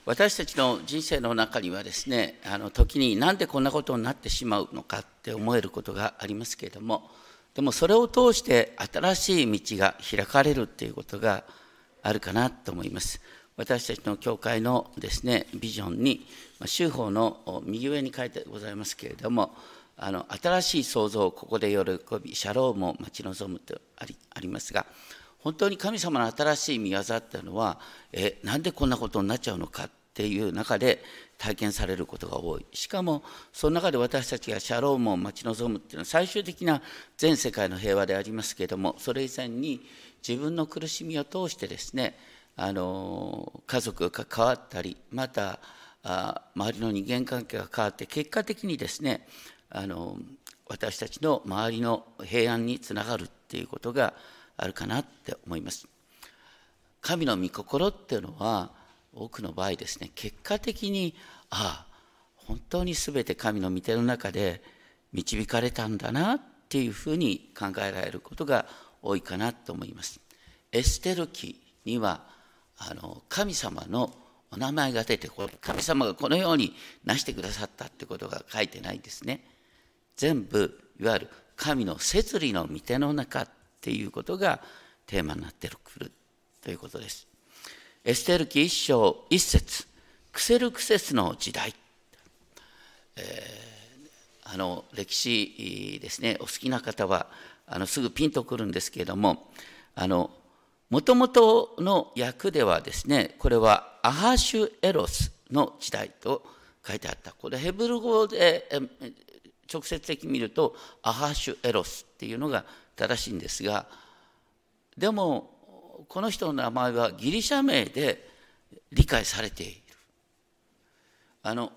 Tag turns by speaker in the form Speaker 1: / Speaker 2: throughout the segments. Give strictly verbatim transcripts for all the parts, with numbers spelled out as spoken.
Speaker 1: 私たちの人生の中にはですね、あの時になんでこんなことになってしまうのかって思えることがありますけれども、でもそれを通して新しい道が開かれるっていうことがあるかなと思います。私たちの教会のですね、ビジョンに、修法の右上に書いてございますけれども、あの新しい創造をここで喜び、シャロームを待ち望むとあり、ありますが、本当に神様の新しい御業っていうのは、え、なんでこんなことになっちゃうのかっていう中で体験されることが多い。しかも、その中で私たちがシャロームを待ち望むっていうのは最終的な全世界の平和でありますけれども、それ以前に自分の苦しみを通してですね、あの家族が変わったり、またあ周りの人間関係が変わって、結果的にですね、あの私たちの周りの平安につながるっていうことがあるかなって思います。神の御心っていうのは多くの場合ですね、結果的にああ本当に全て神の御手の中で導かれたんだなっていうふうに考えられることが多いかなと思います。エステル記にはあの神様のお名前が出てこれ神様がこのようになしてくださったってことが書いてないんですね。全部いわゆる神の摂理の御手の中っていうことがテーマになってくるということです。エステル記一章一節、クセルクセスの時代、えー、あの歴史ですね、お好きな方はあのすぐピンとくるんですけれども、あのもともとの訳ではですね、これはアハシュエロスの時代と書いてあった。これヘブル語で直接的に見るとアハシュエロスっていうのが正しいんですが、でもこの人の名前はギリシャ名で理解されている。あの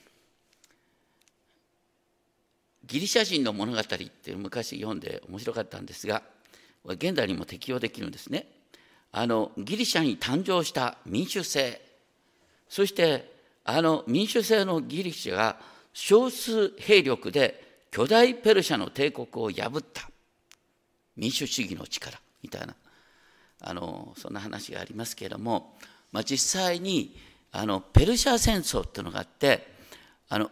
Speaker 1: ギリシャ人の物語って昔読んで面白かったんですが、現代にも適用できるんですね。あのギリシャに誕生した民主制、そしてあの民主制のギリシャが少数兵力で巨大ペルシャの帝国を破った民主主義の力みたいな、あのそんな話がありますけれども、まあ、実際にあのペルシャ戦争っていうのがあって、あの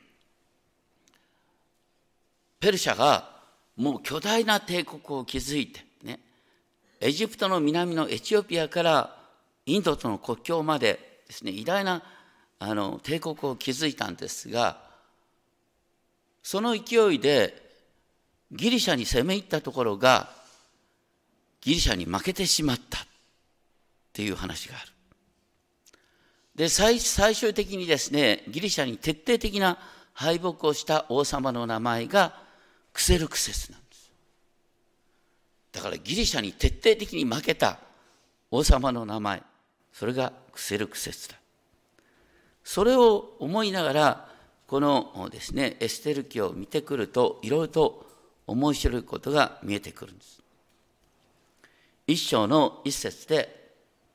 Speaker 1: ペルシャがもう巨大な帝国を築いてね、エジプトの南のエチオピアからインドとの国境までですね、偉大なあの帝国を築いたんですが、その勢いでギリシャに攻め入ったところがギリシャに負けてしまったっていう話がある。で、最、最終的にですね、ギリシャに徹底的な敗北をした王様の名前がクセルクセスなんです。だからギリシャに徹底的に負けた王様の名前、それがクセルクセスだ。それを思いながら、このですね、エステル記を見てくると、いろいろと面白いことが見えてくるんです。一章の一節で、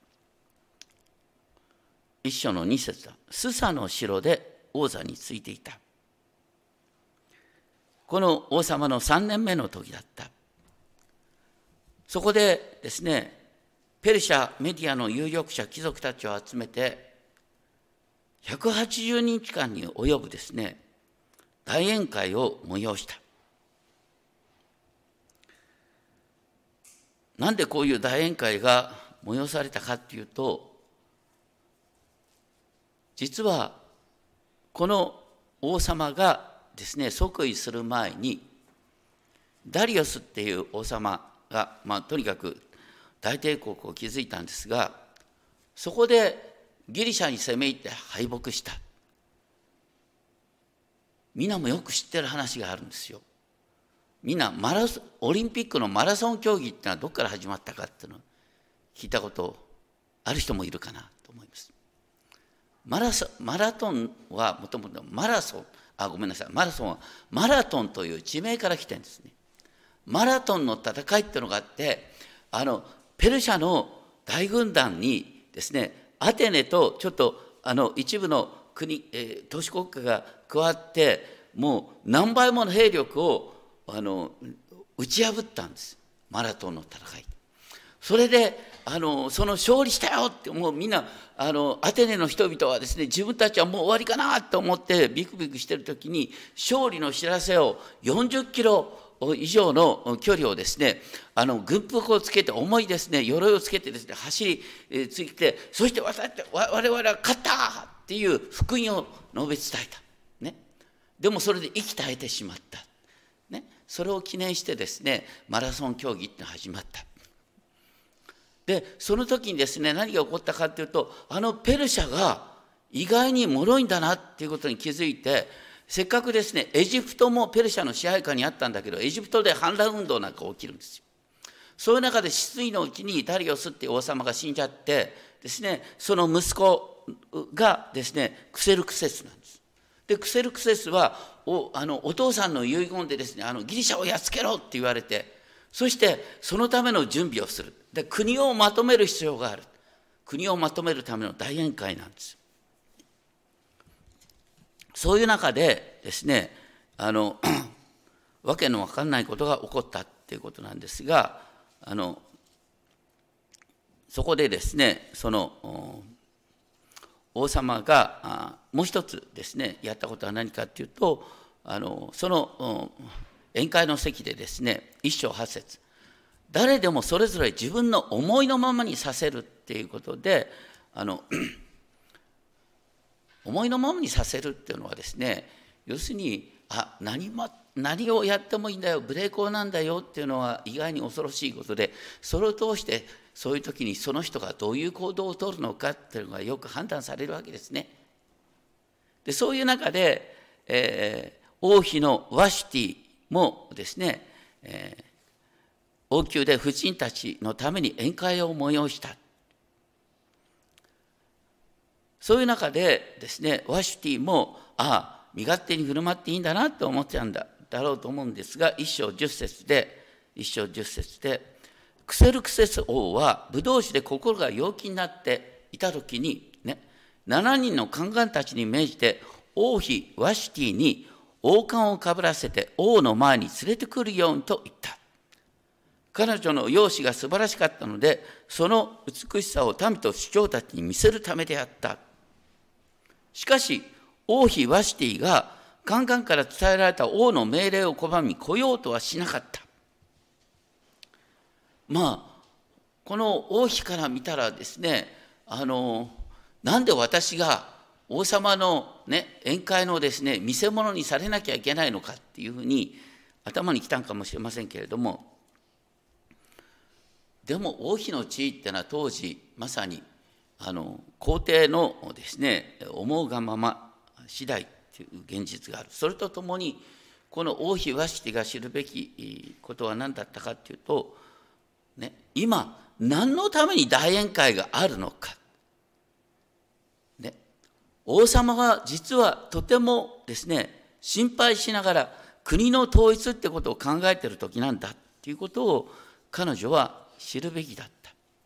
Speaker 1: 一章の二節だ。スサの城で王座についていた。この王様の三年目の時だった。そこでですね、ペルシャメディアの有力者、貴族たちを集めて、ひゃくはちじゅうにちかんに及ぶですね、大宴会を催した。なんでこういう大宴会が催されたかっていうと、実はこの王様がですね、即位する前に、ダリオスっていう王様が、まあ、とにかく大帝国を築いたんですが、そこでギリシャに攻め入って敗北した。みんなもよく知ってる話があるんですよ。みんなマラソン、オリンピックのマラソン競技ってのはどこから始まったかっていうのを聞いたことある人もいるかなと思います。マラソン、マラトンはもともとマラソン、あ、ごめんなさい、マラソンはマラトンという地名から来てるんですね。マラトンの戦いっていうのがあって、あのペルシャの大軍団にですね、アテネとちょっとあの一部の国、えー、都市国家が加わって、もう何倍もの兵力をあの打ち破ったんです。マラトンの戦い。それであのその勝利したよって、もうみんなあのアテネの人々はですね、自分たちはもう終わりかなと思ってビクビクしてる時に、勝利の知らせをよんじゅっキロ以上の距離をですね、あの軍服をつけて、重いですね鎧をつけてですね走りついて、そして我々は勝ったっていう福音を述べ伝えた、ね、でもそれで息絶えてしまった、ね、それを記念してですねマラソン競技って始まった。でその時にですね、何が起こったかというと、あのペルシャが意外に脆いんだなっていうことに気づいて、せっかくですねエジプトもペルシャの支配下にあったんだけど、エジプトで反乱運動なんか起きるんですよ。そういう中で失意のうちにダリオスっていう王様が死んじゃってですね、その息子がですねクセルクセスなんです。でクセルクセスは お, あのお父さんの遺言でですね、あのギリシャをやっつけろって言われて、そしてそのための準備をする。で国をまとめる必要がある。国をまとめるための大宴会なんです。そういう中でですね、あのわけのわかんないことが起こったっていうことなんですが、あのそこでですね、その王様がもう一つですねやったことは何かっていうと、あのその宴会の席でですね、一章八節、誰でもそれぞれ自分の思いのままにさせるっていうことで、あの思いのままにさせるっていうのはですね、要するにあ 何, も何をやってもいいんだよ、無礼講なんだよっていうのは意外に恐ろしいことで、それを通してそういう時にその人がどういう行動をとるのかっていうのがよく判断されるわけですね。でそういう中で、えー、王妃のワシュティもですね、えー、王宮で婦人たちのために宴会を催した。そういう中でですね、ワシュティもああ身勝手に振る舞っていいんだなと思ってたんだだろうと思うんですが、一章十節で一章十節でクセルクセス王はブドウ酒で心が陽気になっていた時にね、七人の宦官たちに命じて王妃ワシュティに王冠をかぶらせて王の前に連れてくるようにと言った。彼女の容姿が素晴らしかったので、その美しさを民と首長たちに見せるためであった。しかし王妃ワシュティが宦官から伝えられた王の命令を拒み来ようとはしなかった。まあこの王妃から見たらですね、あのなんで私が王様の、ね、宴会のですね見せ物にされなきゃいけないのかっていうふうに頭にきたんかもしれませんけれども、でも王妃の地位っていうのは当時まさにあの皇帝のですね思うがまま次第という現実がある。それとともにこの王妃ワシュティが知るべきことは何だったかというと、ね、今何のために大宴会があるのか、ね、王様が実はとてもですね心配しながら国の統一ってことを考えている時なんだということを彼女は知るべきだった。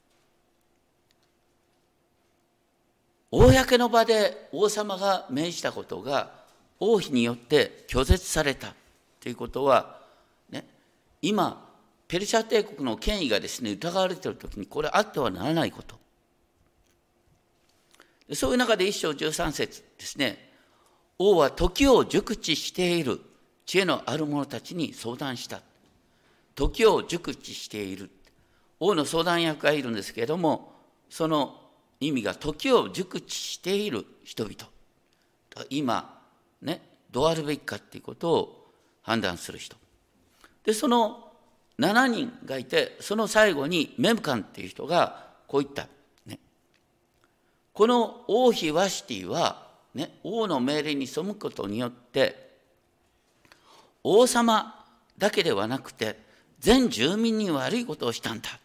Speaker 1: 公の場で王様が命じたことが王妃によって拒絶されたということは、ね、今ペルシャ帝国の権威がですね疑われているときにこれあってはならないこと。そういう中で一章十三節ですね、王は時を熟知している知恵のある者たちに相談した。時を熟知している、王の相談役がいるんですけれども、その意味が時を熟知している人々、今ねどうあるべきかっていうことを判断する人で、そのしちにんがいて、その最後にメムカンっていう人がこう言った、ね、この王妃ワシュティは、ね、王の命令に背くことによって王様だけではなくて全住民に悪いことをしたんだ。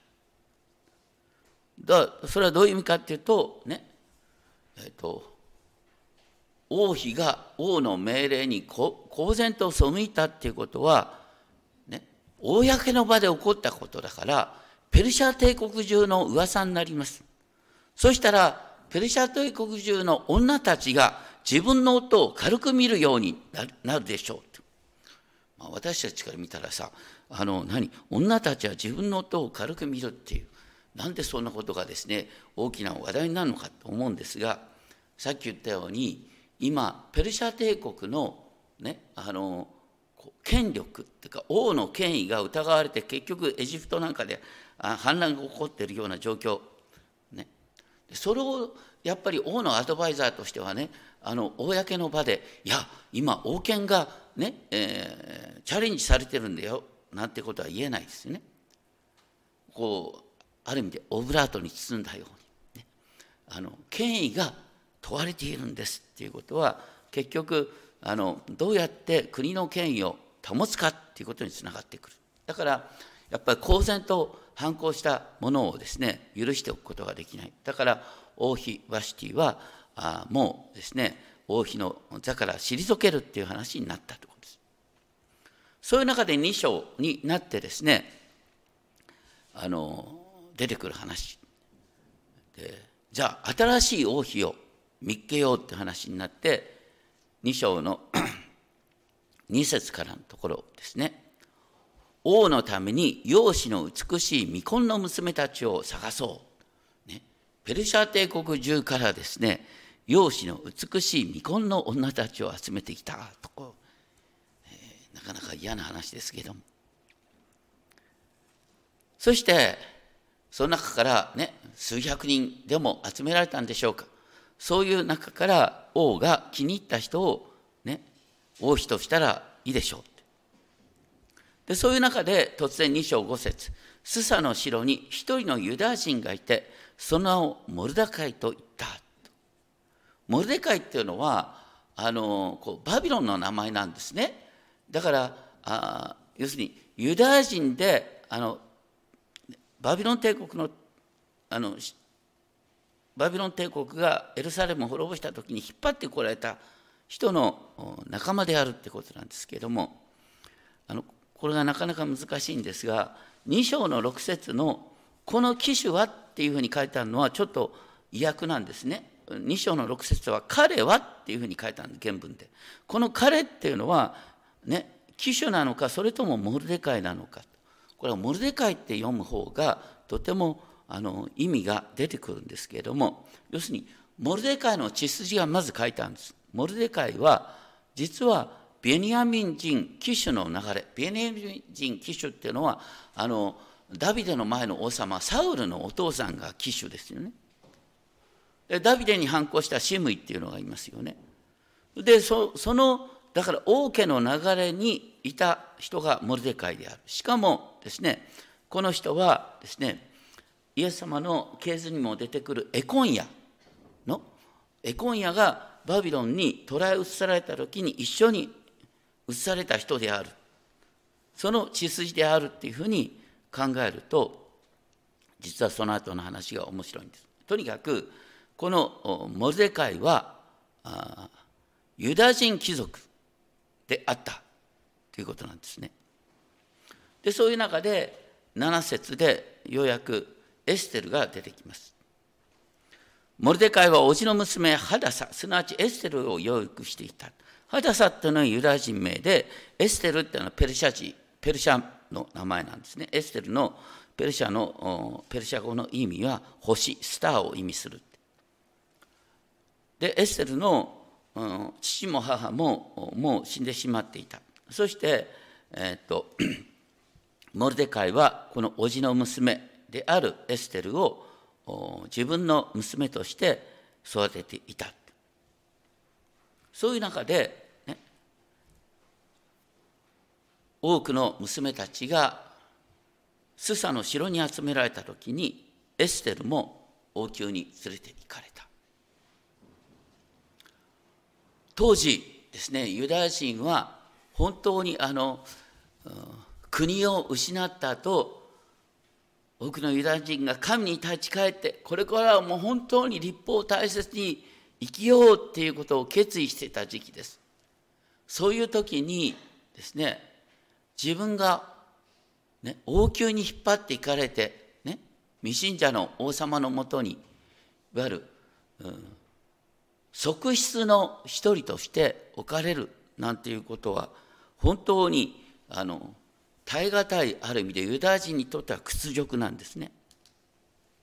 Speaker 1: だそれはどういう意味かっていうとね、えっと王妃が王の命令に公然と背いたっていうことは、ね、公の場で起こったことだからペルシャ帝国中の噂になります。そしたらペルシャ帝国中の女たちが自分の夫を軽く見るようになるでしょう。まあ、私たちから見たらさ、あの何女たちは自分の夫を軽く見るっていうなんでそんなことがですね大きな話題になるのかと思うんですが、さっき言ったように今ペルシャ帝国のねあの権力っていうか王の権威が疑われて、結局エジプトなんかで反乱が起こっているような状況、ね、それをやっぱり王のアドバイザーとしてはね、あの公の場でいや今王権がね、えー、チャレンジされてるんだよなんてことは言えないですよね。こうある意味でオブラートに包んだように、ね、あの権威が問われているんですっていうことは、結局あのどうやって国の権威を保つかっていうことにつながってくる。だからやっぱり公然と反抗したものをですね許しておくことができない。だから王妃ワシティはあもうですね王妃の座から退けるっていう話になったということです。そういう中でに章になってですねあの出てくる話で、じゃあ新しい王妃を見っけようって話になって、に章のに節からのところですね。王のために容姿の美しい未婚の娘たちを探そう、ね、ペルシャ帝国中からですね容姿の美しい未婚の女たちを集めてきたとこ、えー、なかなか嫌な話ですけども、そしてその中からね数百人でも集められたんでしょうか。そういう中から王が気に入った人をね王妃としたらいいでしょう。でそういう中で突然に章ご節、スサの城に一人のユダヤ人がいて、その名をモルデカイと言った。モルデカイっていうのはあのこうバビロンの名前なんですね。だからあ要するにユダヤ人であのバビロン帝国のあのバビロン帝国がエルサレムを滅ぼした時に引っ張ってこられた人の仲間であるってことなんですけれども、あのこれがなかなか難しいんですが、に章のろく節のこの騎手はっていうふうに書いてあるのはちょっと意訳なんですね。に章のろく節は彼はっていうふうに書いてあるんです、原文で。この彼っていうのはね騎手なのか、それともモルデカイなのか。これはモルデカイって読む方がとてもあの意味が出てくるんですけれども、要するにモルデカイの血筋がまず書いてあるんです。モルデカイは実はベニヤミン人騎手の流れ、ベニヤミン人騎手っていうのはあのダビデの前の王様サウルのお父さんが騎手ですよね。でダビデに反抗したシムイっていうのがいますよね。で そ, そのだから王家の流れにいた人がモルデカイである。しかもですねこの人はですねイエス様の系図にも出てくるエコンヤのエコンヤがバビロンに捕らえ移された時に一緒に移された人である、その血筋であるっていうふうに考えると、実はその後の話が面白いんです。とにかくこのモルデカイはユダヤ人貴族であったということなんですね。でそういう中でなな節でようやくエステルが出てきます。モルデカイは叔父の娘ハダサ、すなわちエステルを養育していた。ハダサっていうのはユダヤ人名で、エステルっていうのはペルシャ人、ペルシャの名前なんですね。エステルのペルシャのペルシャ語の意味は星、スターを意味する。でエステルの父も母ももう死んでしまっていた。そして、えー、っとモルデカイはこの叔父の娘であるエステルを自分の娘として育てていた。そういう中で、ね、多くの娘たちがスサの城に集められた時にエステルも王宮に連れて行かれた。当時ですねユダヤ人は本当にあの国を失った後、多くのユダヤ人が神に立ち返って、これからはもう本当に立法を大切に生きようっていうことを決意していた時期です。そういう時にですね自分が、ね、王宮に引っ張っていかれて、ね、未信者の王様のもとにいわゆる、うん、側室の一人として置かれるなんていうことは本当にあの耐え難い、ある意味でユダヤ人にとっては屈辱なんですね。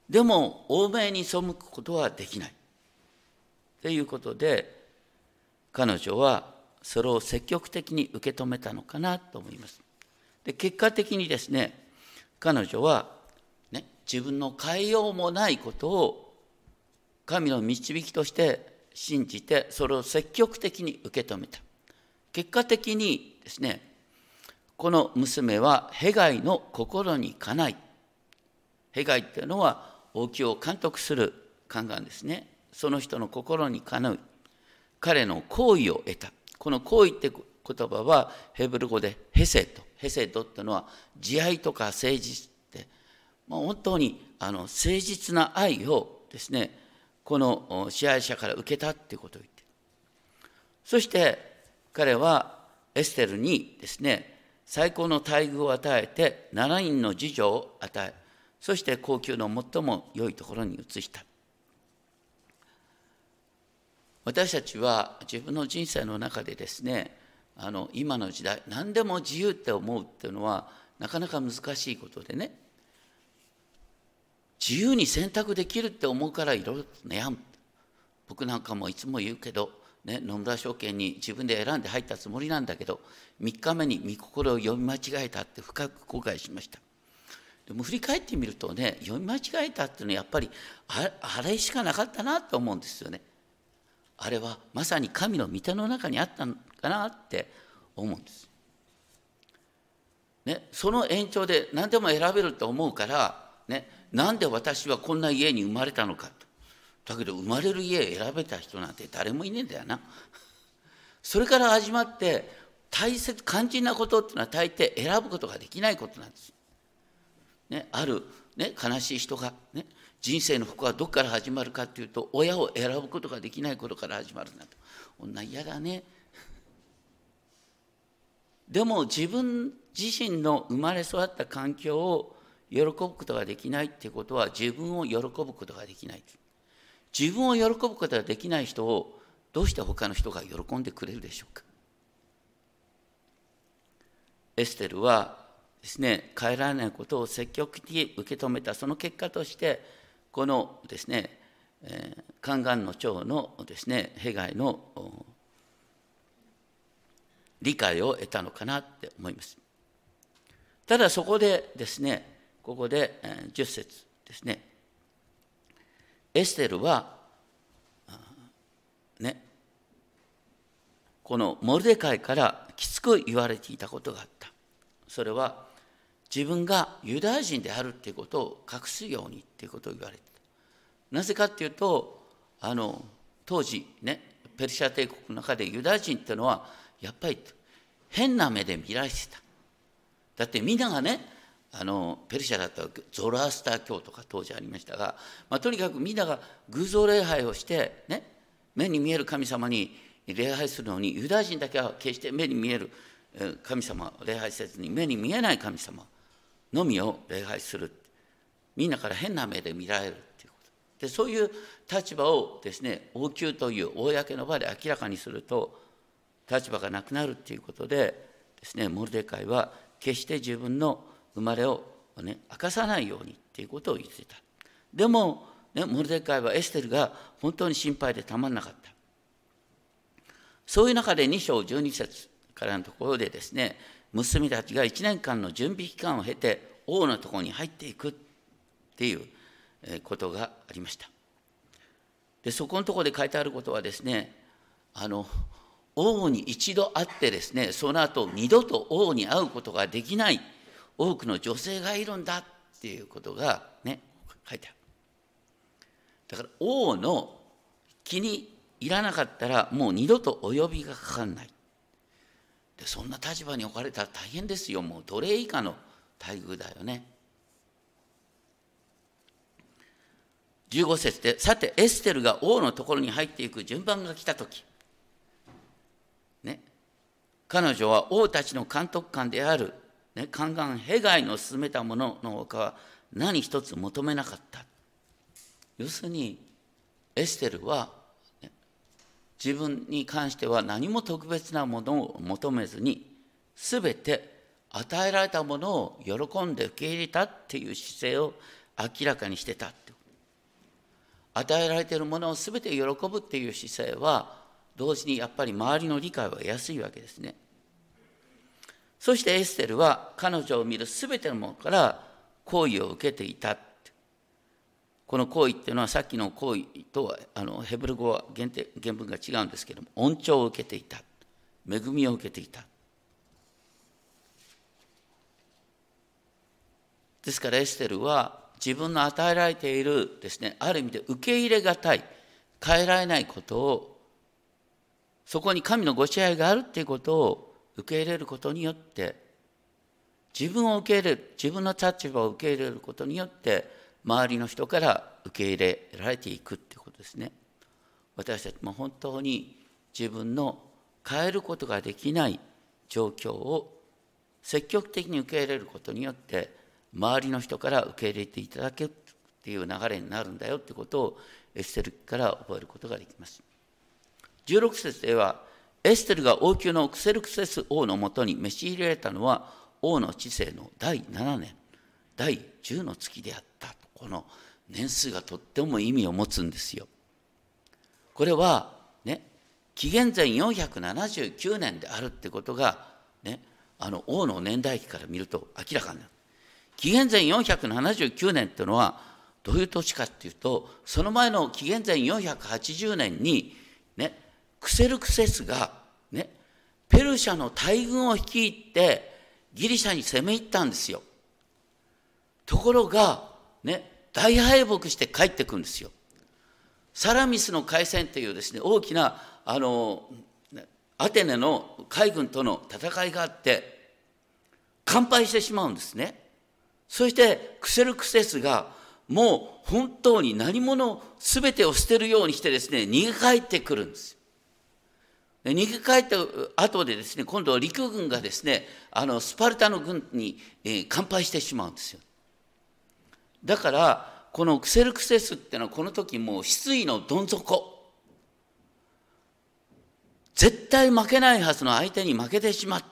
Speaker 1: でも欧米に背くことはできないということで、彼女はそれを積極的に受け止めたのかなと思います。で、結果的にですね、彼女は、ね、自分の変えようもないことを神の導きとして信じて、それを積極的に受け止めた。結果的にですね、この娘はヘガイの心にかない。ヘガイっていうのは王宮を監督する宦官ですね。その人の心にかなう。彼の好意を得た。この好意って言葉はヘブル語でヘセド。ヘセドっていうのは慈愛とか誠実って、まあ、本当にあの誠実な愛をですね、この支配者から受けたっていうことを言っている。そして彼はエステルにですね、最高の待遇を与えてななにんの次女を与え、そして高級の最も良いところに移した。私たちは自分の人生の中でですね、あの今の時代何でも自由って思うっていうのはなかなか難しいことでね、自由に選択できるって思うからいろいろ悩む。僕なんかもいつも言うけど、ね、野村証券に自分で選んで入ったつもりなんだけど、みっかめに御心を読み間違えたって深く後悔しました。でも振り返ってみるとね、読み間違えたっていうのはやっぱり あ, あれしかなかったなと思うんですよね。あれはまさに神の御手の中にあったのかなって思うんです。ね、その延長で何でも選べると思うから、ね、なんで私はこんな家に生まれたのかと。だけど生まれる家選べた人なんて誰もいねえんだよな。それから始まって大切肝心なことっていうのは大抵選ぶことができないことなんです。ね、ある、ね、悲しい人が、ね、人生の不幸はどこから始まるかっていうと、親を選ぶことができないことから始まるんだと。女嫌だね。でも自分自身の生まれ育った環境を喜ぶことができないっていうことは、自分を喜ぶことができない。自分を喜ぶことができない人をどうして他の人が喜んでくれるでしょうか。エステルはですね、変えられないことを積極的に受け止めた。その結果としてこのですね、えー、宦官の長のですね、ヘガイの理解を得たのかなって思います。ただそこでですね、ここでじゅっ節ですね、エステルはね、このモルデカイからきつく言われていたことがあった。それは自分がユダヤ人であるっていうことを隠すようにっていうことを言われていた。なぜかっていうと、あの当時ね、ペルシャ帝国の中でユダヤ人っていうのはやっぱり変な目で見られてた。だってみんながね、あのペルシャだったらゾロアスター教とか当時ありましたが、まあ、とにかくみんなが偶像礼拝をしてね、目に見える神様に礼拝するのに、ユダヤ人だけは決して目に見える神様を礼拝せずに、目に見えない神様のみを礼拝する。みんなから変な目で見られるっていうことで、そういう立場をですね、王宮という公の場で明らかにすると立場がなくなるっていうことでですね、モルデカイは決して自分の生まれを、ね、明かさないようにっていうことを言っていた。でも、ね、モルデカイはエステルが本当に心配でたまらなかった。そういう中でに章じゅうに節からのところでですね、娘たちがいちねんかんの準備期間を経て王のところに入っていくっていうことがありました。で、そこのところで書いてあることはですね、あの王に一度会ってですね、その後二度と王に会うことができない多くの女性がいるんだっていうことがね、書いてある。だから王の気に入らなかったらもう二度とお呼びがかかんない。で、そんな立場に置かれたら大変ですよ。もう奴隷以下の待遇だよね。じゅうご節で、さてエステルが王のところに入っていく順番が来たとき、ね、彼女は王たちの監督官である、ね、宦官ヘガイの進めたもののほかは何一つ求めなかった。要するにエステルは、ね、自分に関しては何も特別なものを求めずに、すべて与えられたものを喜んで受け入れたっていう姿勢を明らかにしてたって。与えられているものを全て喜ぶっていう姿勢は、同時にやっぱり周りの理解は得やすいわけですね。そしてエステルは彼女を見る全てのものから好意を受けていた。この好意っていうのはさっきの好意とはあのヘブル語は 原, 原文が違うんですけれども、恩寵を受けていた、恵みを受けていた。ですからエステルは自分の与えられているですね、ある意味で受け入れがたい、変えられないことを、そこに神のご支配があるっていうことを受け入れることによって、自分を受け入れる、自分の立場を受け入れることによって周りの人から受け入れられていくっていうことですね。私たちも本当に自分の変えることができない状況を積極的に受け入れることによって周りの人から受け入れていただけるっていう流れになるんだよってことをエステルから覚えることができます。じゅうろく節では、エステルが王宮のクセルクセス王のもとに召し入れられたのは王の治世のだいななねんだいじゅうの月であった。この年数がとっても意味を持つんですよ。これはね、紀元前よんひゃくななじゅうきゅうねんであるってことがね、あの王の年代記から見ると明らかになる。紀元前よんひゃくななじゅうきゅうねんっていうのはどういう年かっていうと、その前の紀元前よんひゃくはちじゅうねんにね、クセルクセスがね、ペルシャの大軍を率いてギリシャに攻め入ったんですよ。ところがね、大敗北して帰ってくるんですよ。サラミスの海戦というですね、大きなあのアテネの海軍との戦いがあって完敗してしまうんですね。そしてクセルクセスがもう本当に何者全てを捨てるようにしてですね、逃げ帰ってくるんです。逃げ帰った後でですね、今度は陸軍がですね、あのスパルタの軍に、えー、完敗してしまうんですよ。だからこのクセルクセスっていうのはこの時もう失意のどん底、絶対負けないはずの相手に負けてしまった。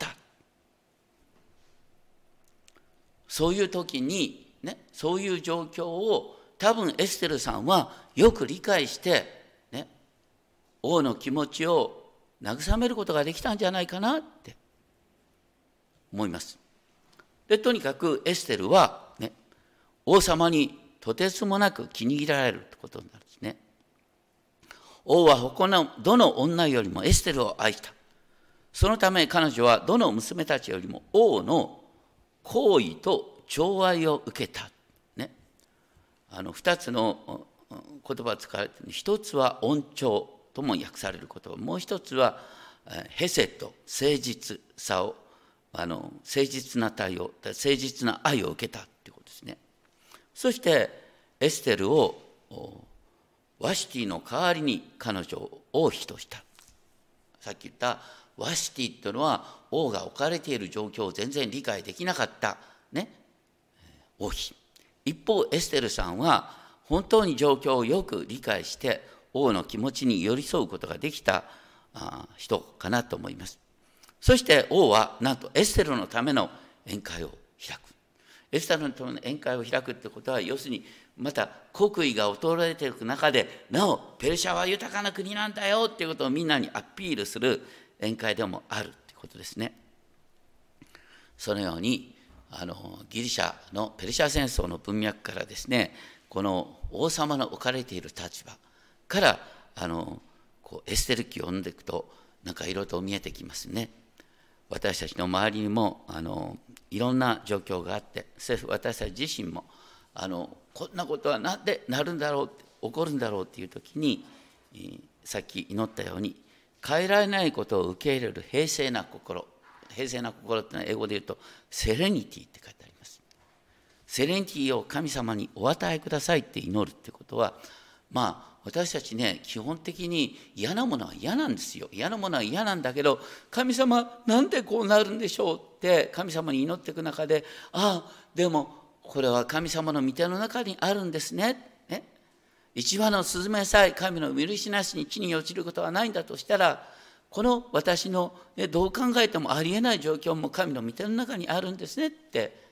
Speaker 1: そういう時にね、そういう状況を多分エステルさんはよく理解してね、王の気持ちを慰めることができたんじゃないかなって思います。で、とにかくエステルはね、王様にとてつもなく気に入られるってことになるんですね。王は他のどの女よりもエステルを愛した。そのため彼女はどの娘たちよりも王の好意と寵愛を受けた。ね、あの二つの言葉が使われている。一つは恩寵とも訳される言葉、もう一つはヘセと誠実さを、あの誠実な対応、誠実な愛を受けたということですね。そしてエステルをワシティの代わりに彼女を王妃とした。さっき言ったワシティというのは王が置かれている状況を全然理解できなかったね、王妃。一方エステルさんは本当に状況をよく理解して王の気持ちに寄り添うことができた人かなと思います。そして王はなんとエステルのための宴会を開く。エステルのための宴会を開くってことは、要するにまた国威が衰えていく中でなおペルシャは豊かな国なんだよっていうことをみんなにアピールする宴会でもあるってことですね。そのようにあのギリシャのペルシャ戦争の文脈からですね、この王様の置かれている立場からあのこうエステル記を読んでいくとなんかいろいろと見えてきますね。私たちの周りにもあのいろんな状況があって、私たち自身もあのこんなことはなんでなるんだろう、起こるんだろうっていう時に、さっき祈ったように変えられないことを受け入れる平静な心、平静な心っていうのは英語で言うとセレニティって書いてあります。セレニティを神様にお与えくださいって祈るってことは、まあ私たちね、基本的に嫌なものは嫌なんですよ。嫌なものは嫌なんだけど、神様なんでこうなるんでしょうって神様に祈っていく中で、ああでもこれは神様の御手の中にあるんですね。ね、一羽のスズメさえ神の許しなしに地に落ちることはないんだとしたら、この私の、ね、どう考えてもありえない状況も神の御手の中にあるんですねって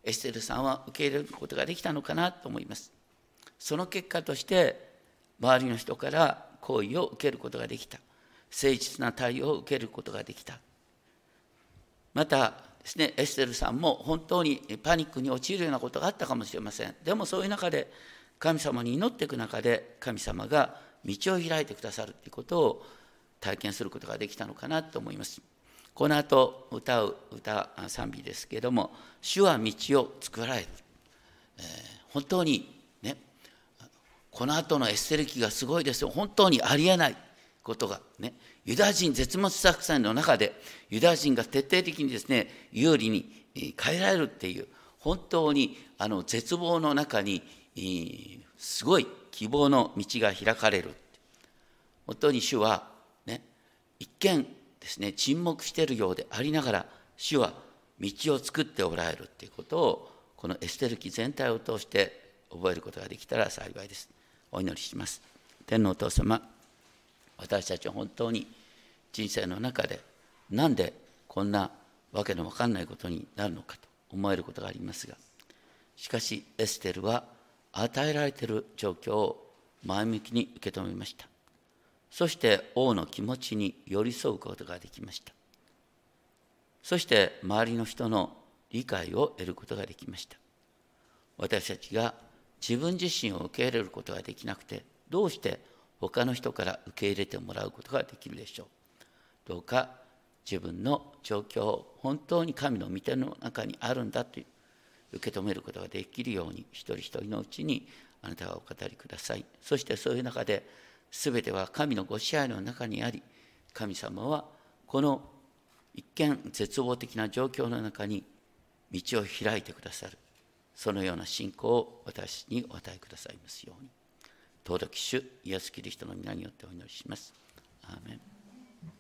Speaker 1: エステルさんは受け入れることができたのかなと思います。その結果として周りの人から好意を受けることができた、誠実な対応を受けることができた。またですね、エステルさんも本当にパニックに陥るようなことがあったかもしれません。でもそういう中で神様に祈っていく中で神様が道を開いてくださるということを体験することができたのかなと思います。この後歌う歌賛美ですけれども、主は道を作られる、えー、本当にね、この後のエステル記がすごいですよ。本当にありえないことがね、ユダヤ人絶滅作戦の中でユダヤ人が徹底的にですね有利に変えられるっていう、本当にあの絶望の中にすごい希望の道が開かれる。本当に主はね、一見ですね沈黙しているようでありながら主は道を作っておられるっていうことをこのエステル記全体を通して覚えることができたら幸いです。お祈りします。天のお父様、私たちは本当に人生の中でなんでこんなわけのわかんないことになるのかと思えることがありますが、しかしエステルは与えられている状況を前向きに受け止めました。そして王の気持ちに寄り添うことができました。そして周りの人の理解を得ることができました。私たちが自分自身を受け入れることができなくて、どうして他の人から受け入れてもらうことができるでしょう。どうか自分の状況を本当に神の御手の中にあるんだという受け止めることができるように、一人一人のうちにあなたがお語りください。そしてそういう中で全ては神のご支配の中にあり、神様はこの一見絶望的な状況の中に道を開いてくださる、そのような信仰を私にお与えくださいますように。尊き主イエスキリストの皆によってお祈りします。アーメン。